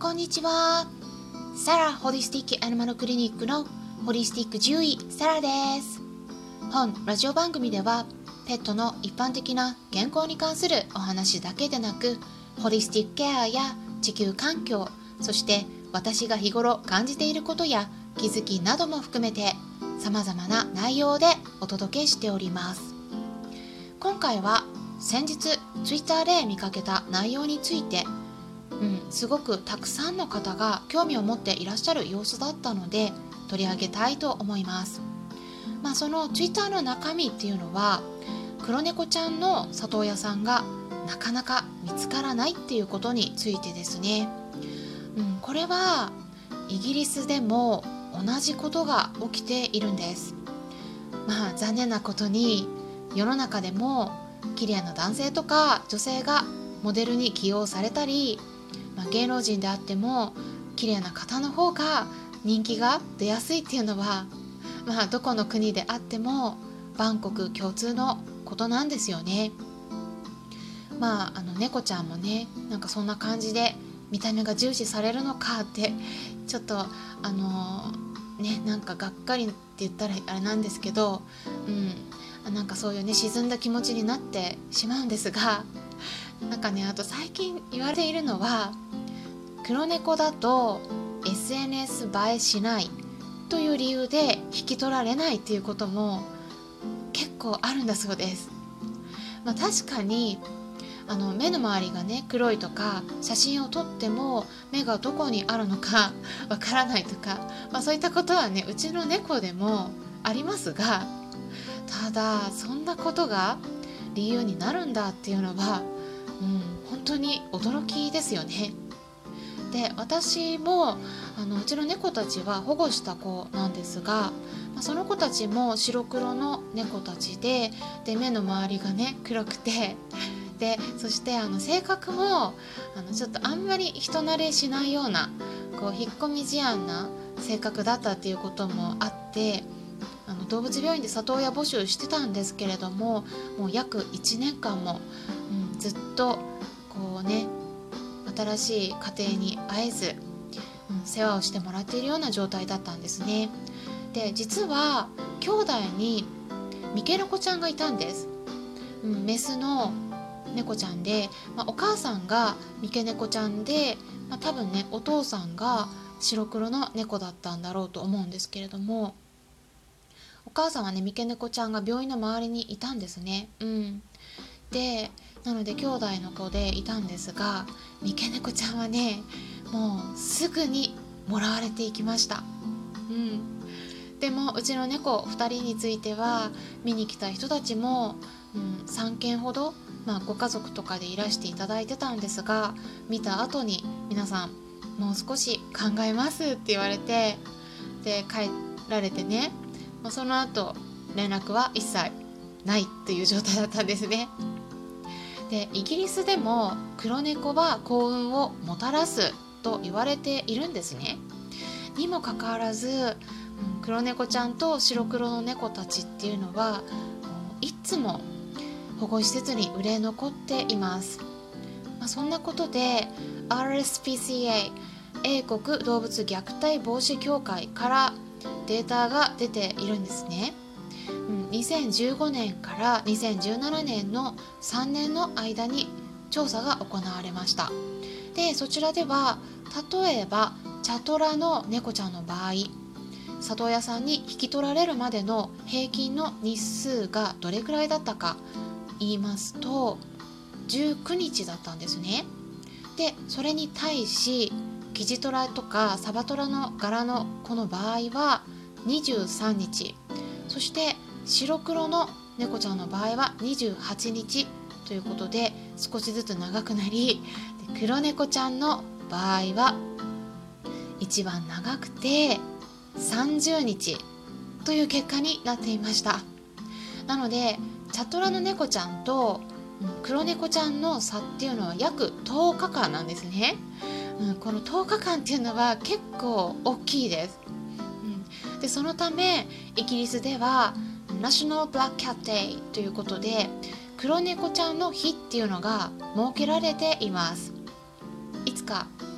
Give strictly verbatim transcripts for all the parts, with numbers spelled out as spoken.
こんにちは。サラホリスティックアニマルクリニックのホリスティック獣医サラです。本ラジオ番組ではペットの一般的な健康に関するお話だけでなく、ホリスティックケアや地球環境、そして私が日頃感じていることや気づきなども含めて様々な内容でお届けしております。今回は先日ツイッターで見かけた内容について、うん、すごくたくさんの方が興味を持っていらっしゃる様子だったので取り上げたいと思います。まあ、そのツイッターの中身っていうのは、黒猫ちゃんの里親さんがなかなか見つからないっていうことについてですね。うん、これはイギリスでも同じことが起きているんです。まあ残念なことに世の中でも綺麗な男性とか女性がモデルに起用されたり、まあ、芸能人であっても綺麗な方の方が人気が出やすいっていうのは、まあ、どこの国であっても万国共通のことなんですよね。まああの猫ちゃんもね、なんかそんな感じで見た目が重視されるのかってちょっとあのねなんかがっかりって言ったらあれなんですけど、うん、なんかそういうね沈んだ気持ちになってしまうんですが、なんかねあと最近言われているのは、黒猫だと エスエヌエス 映えしないという理由で引き取られないっていうことも結構あるんだそうです。まあ、確かにあの目の周りがね黒いとか、写真を撮っても目がどこにあるのかわからないとか、まあ、そういったことはねうちの猫でもありますが、ただそんなことが理由になるんだっていうのは、うん、本当に驚きですよね。で私もあのうちの猫たちは保護した子なんですが、まあ、その子たちも白黒の猫たちで、で目の周りがね黒くて、でそしてあの性格もあのちょっとあんまり人慣れしないようなこう引っ込み思案な性格だったっていうこともあって、あの動物病院で里親募集してたんですけれども、もう約いちねんかんも、うん、ずっとこうね新しい家庭に会えず、うん、世話をしてもらっているような状態だったんですね。で実は兄弟に三毛猫ちゃんがいたんです。うん、メスの猫ちゃんで、まあ、お母さんが三毛猫ちゃんで、まあ、多分ねお父さんが白黒の猫だったんだろうと思うんですけれども、お母さんはね三毛猫ちゃんが病院の周りにいたんですね。うん、でなので兄弟の子でいたんですが、三毛猫ちゃんはねもうすぐにもらわれていきました。うん、でもうちの猫ふたりについては見に来た人たちも、うん、さんけんほど、まあ、ご家族とかでいらしていただいてたんですが、見た後に皆さんもう少し考えますって言われて、で帰られてね、まあ、その後連絡は一切ないっていう状態だったんですね。でイギリスでも黒猫は幸運をもたらすと言われているんですね。にもかかわらず、うん、黒猫ちゃんと白黒の猫たちっていうのは、うん、いつも保護施設に売れ残っています。まあ、そんなことで アールエスピーシーエー 英国動物虐待防止協会からデータが出ているんですね。にせんじゅうごねんからにせんじゅうななねんのさんねんの間に調査が行われました。でそちらでは例えばチャトラの猫ちゃんの場合、里親さんに引き取られるまでの平均の日数がどれくらいだったか言いますとじゅうくにちだったんですね。でそれに対しキジトラとかサバトラの柄の子の場合はにじゅうさんにち、そして白黒の猫ちゃんの場合はにじゅうはちにちということで少しずつ長くなり、で黒猫ちゃんの場合は一番長くてさんじゅうにちという結果になっていました。なのでチャトラの猫ちゃんと黒猫ちゃんの差っていうのは約とおかかんなんですね。うん、このとおかかんっていうのは結構大きいです。うん、でそのためイギリスではナショナルブラックキャットデイということで黒猫ちゃんの日っていうのが設けられています。いつか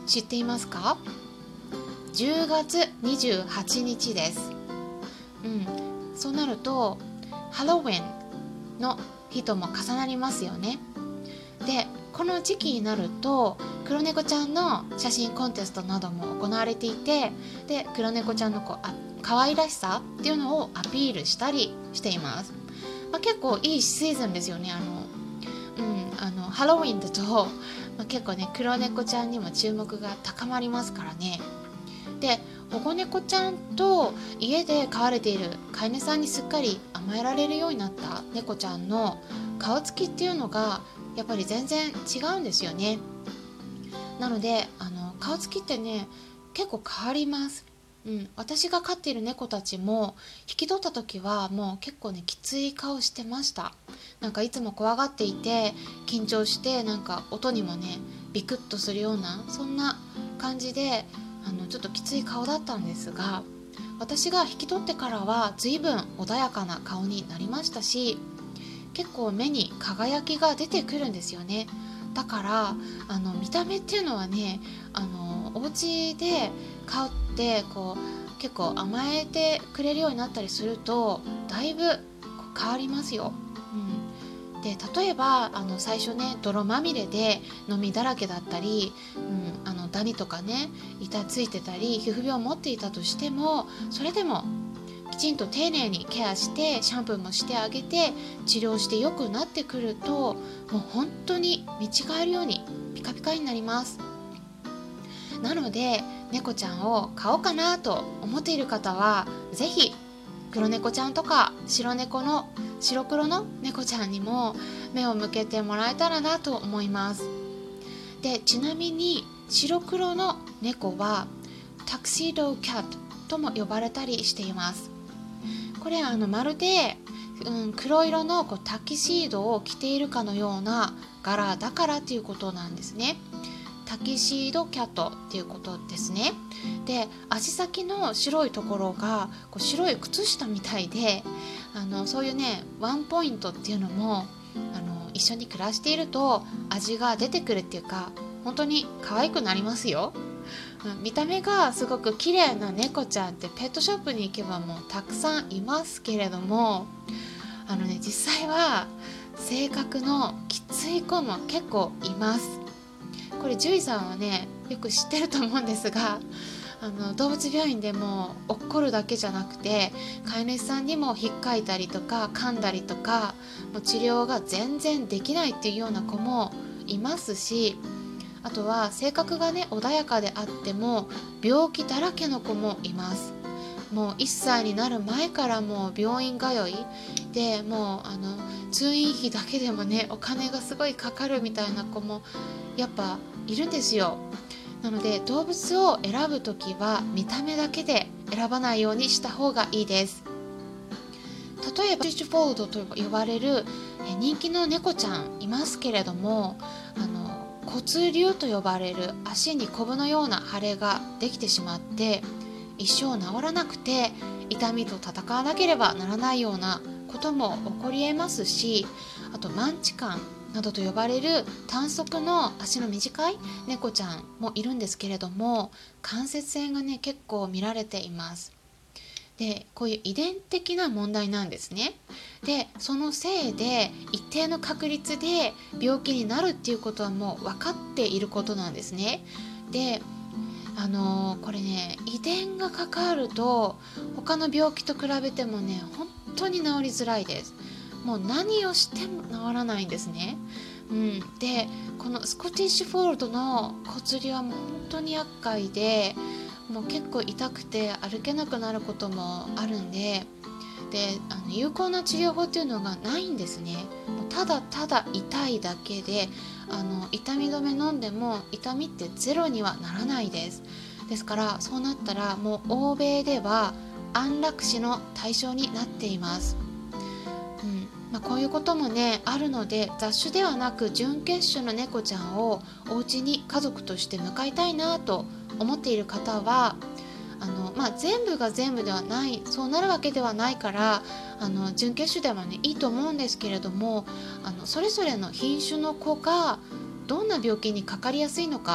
知っていますか？じゅうがつにじゅうはちにちです。うん、そうなるとハロウィンの日とも重なりますよね。で、この時期になると黒猫ちゃんの写真コンテストなども行われていて、で黒猫ちゃんのこうあ可愛らしさっていうのをアピールしたりしています。まあ、結構いいシーズンですよね。あの、うん、あのハロウィンだと、まあ、結構ね黒猫ちゃんにも注目が高まりますからね。で、保護猫ちゃんと家で飼われている飼い主さんにすっかり甘えられるようになった猫ちゃんの顔つきっていうのがやっぱり全然違うんですよね。なのであの顔つきってね結構変わります。うん、私が飼っている猫たちも引き取った時はもう結構ねきつい顔してました。なんかいつも怖がっていて緊張して、なんか音にもねビクッとするようなそんな感じで、あのちょっときつい顔だったんですが、私が引き取ってからは随分穏やかな顔になりましたし、結構目に輝きが出てくるんですよね。だからあの見た目っていうのはね、あのお家で飼ってこう結構甘えてくれるようになったりするとだいぶ変わりますよ。うん、で例えばあの最初ね泥まみれで飲みだらけだったり、うん、あのダニとかね板ついてたり皮膚病を持っていたとしても、それでもきちんと丁寧にケアしてシャンプーもしてあげて治療して良くなってくると、もう本当に見違えるようにピカピカになります。なので猫ちゃんを飼おうかなと思っている方はぜひ黒猫ちゃんとか白猫の白黒の猫ちゃんにも目を向けてもらえたらなと思います。で、ちなみに白黒の猫はタクシードキャットとも呼ばれたりしています。これはあのまるで、うん、黒色のこうタキシードを着ているかのような柄だからということなんですね。タキシードキャットっていうことですね。で、足先の白いところがこう白い靴下みたいで、あのそういうねワンポイントっていうのもあの一緒に暮らしていると味が出てくるっていうか、本当に可愛くなりますよ。見た目がすごく綺麗な猫ちゃんってペットショップに行けばもうたくさんいますけれども、あのね実際は性格のきつい子も結構います。これ獣医さんはねよく知ってると思うんですが、あの動物病院でも怒るだけじゃなくて飼い主さんにも引っかいたりとか噛んだりとか、もう治療が全然できないっていうような子もいますし、あとは性格がね穏やかであっても病気だらけの子もいます。もういっさいになる前からもう病院通いで、もうあの通院費だけでもねお金がすごいかかるみたいな子もやっぱいるんですよ。なので動物を選ぶときは見た目だけで選ばないようにした方がいいです。例えばシュチュフォールドと呼ばれる人気の猫ちゃんいますけれども、あの骨瘤と呼ばれる足にコブのような腫れができてしまって一生治らなくて痛みと戦わなければならないようなことも起こりえますし、あとマンチカンなどと呼ばれる短足の足の短い猫ちゃんもいるんですけれども、関節炎がね結構見られています。で、こういう遺伝的な問題なんですね。で、そのせいで一定の確率で病気になるっていうことはもう分かっていることなんですね。で、あのーこれね遺伝が関わると他の病気と比べてもね本当に治りづらいです。もう何をしても治らないんですね。うん、でこのスコティッシュフォールドの骨瘤はもう本当に厄介で、もう結構痛くて歩けなくなることもあるんで、であの有効な治療法っていうのがないんですね。もうただただ痛いだけで、あの痛み止め飲んでも痛みってゼロにはならないです。ですからそうなったらもう欧米では安楽死の対象になっています。うんまあ、こういうこともねあるので、雑種ではなく準血種の猫ちゃんをお家に家族として迎えたいなと思っている方は、あの、まあ、全部が全部ではない、そうなるわけではないから、あの準血種ではねいいと思うんですけれども、あのそれぞれの品種の子がどんな病気にかかりやすいのか、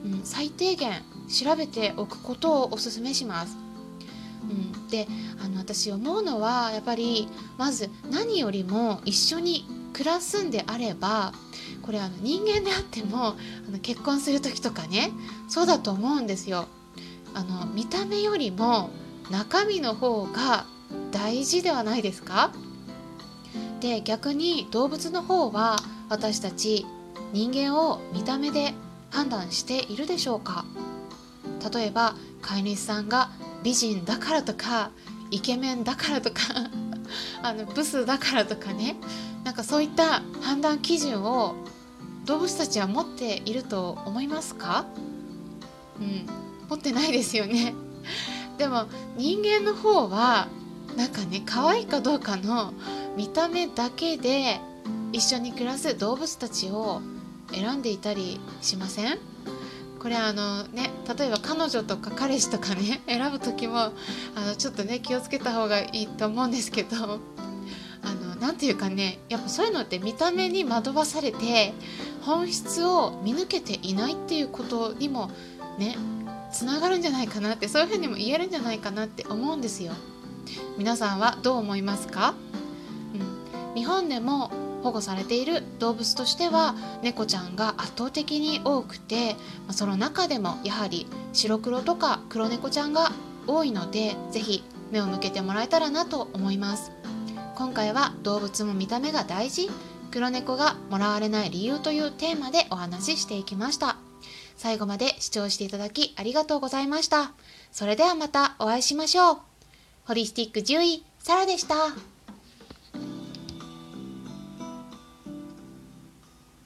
うん、最低限調べておくことをお勧めします。うん、であの私思うのはやっぱりまず何よりも一緒に暮らすんであれば、これあの人間であってもあの結婚する時とかね、そうだと思うんですよ。あの見た目よりも中身の方が大事ではないですか？で逆に動物の方は私たち人間を見た目で判断しているでしょうか？例えば飼い主さんが美人だからとかイケメンだからとかあのブスだからとかね、なんかそういった判断基準を動物たちは持っていると思いますか？うん、持ってないですよね。でも人間の方はなんかね、可愛いかどうかの見た目だけで一緒に暮らす動物たちを選んでいたりしません？これあのね、例えば彼女とか彼氏とかね選ぶ時もあのちょっとね気をつけた方がいいと思うんですけど、あのなんていうかね、やっぱそういうのって見た目に惑わされて本質を見抜けていないっていうことにもねつながるんじゃないかなって、そういうふうにも言えるんじゃないかなって思うんですよ。皆さんはどう思いますか？うん、日本でも保護されている動物としては猫ちゃんが圧倒的に多くて、その中でもやはり白黒とか黒猫ちゃんが多いので、ぜひ目を向けてもらえたらなと思います。今回は動物も見た目が大事、黒猫がもらわれない理由というテーマでお話ししていきました。最後まで視聴していただきありがとうございました。それではまたお会いしましょう。ホリスティック獣医、サラでした。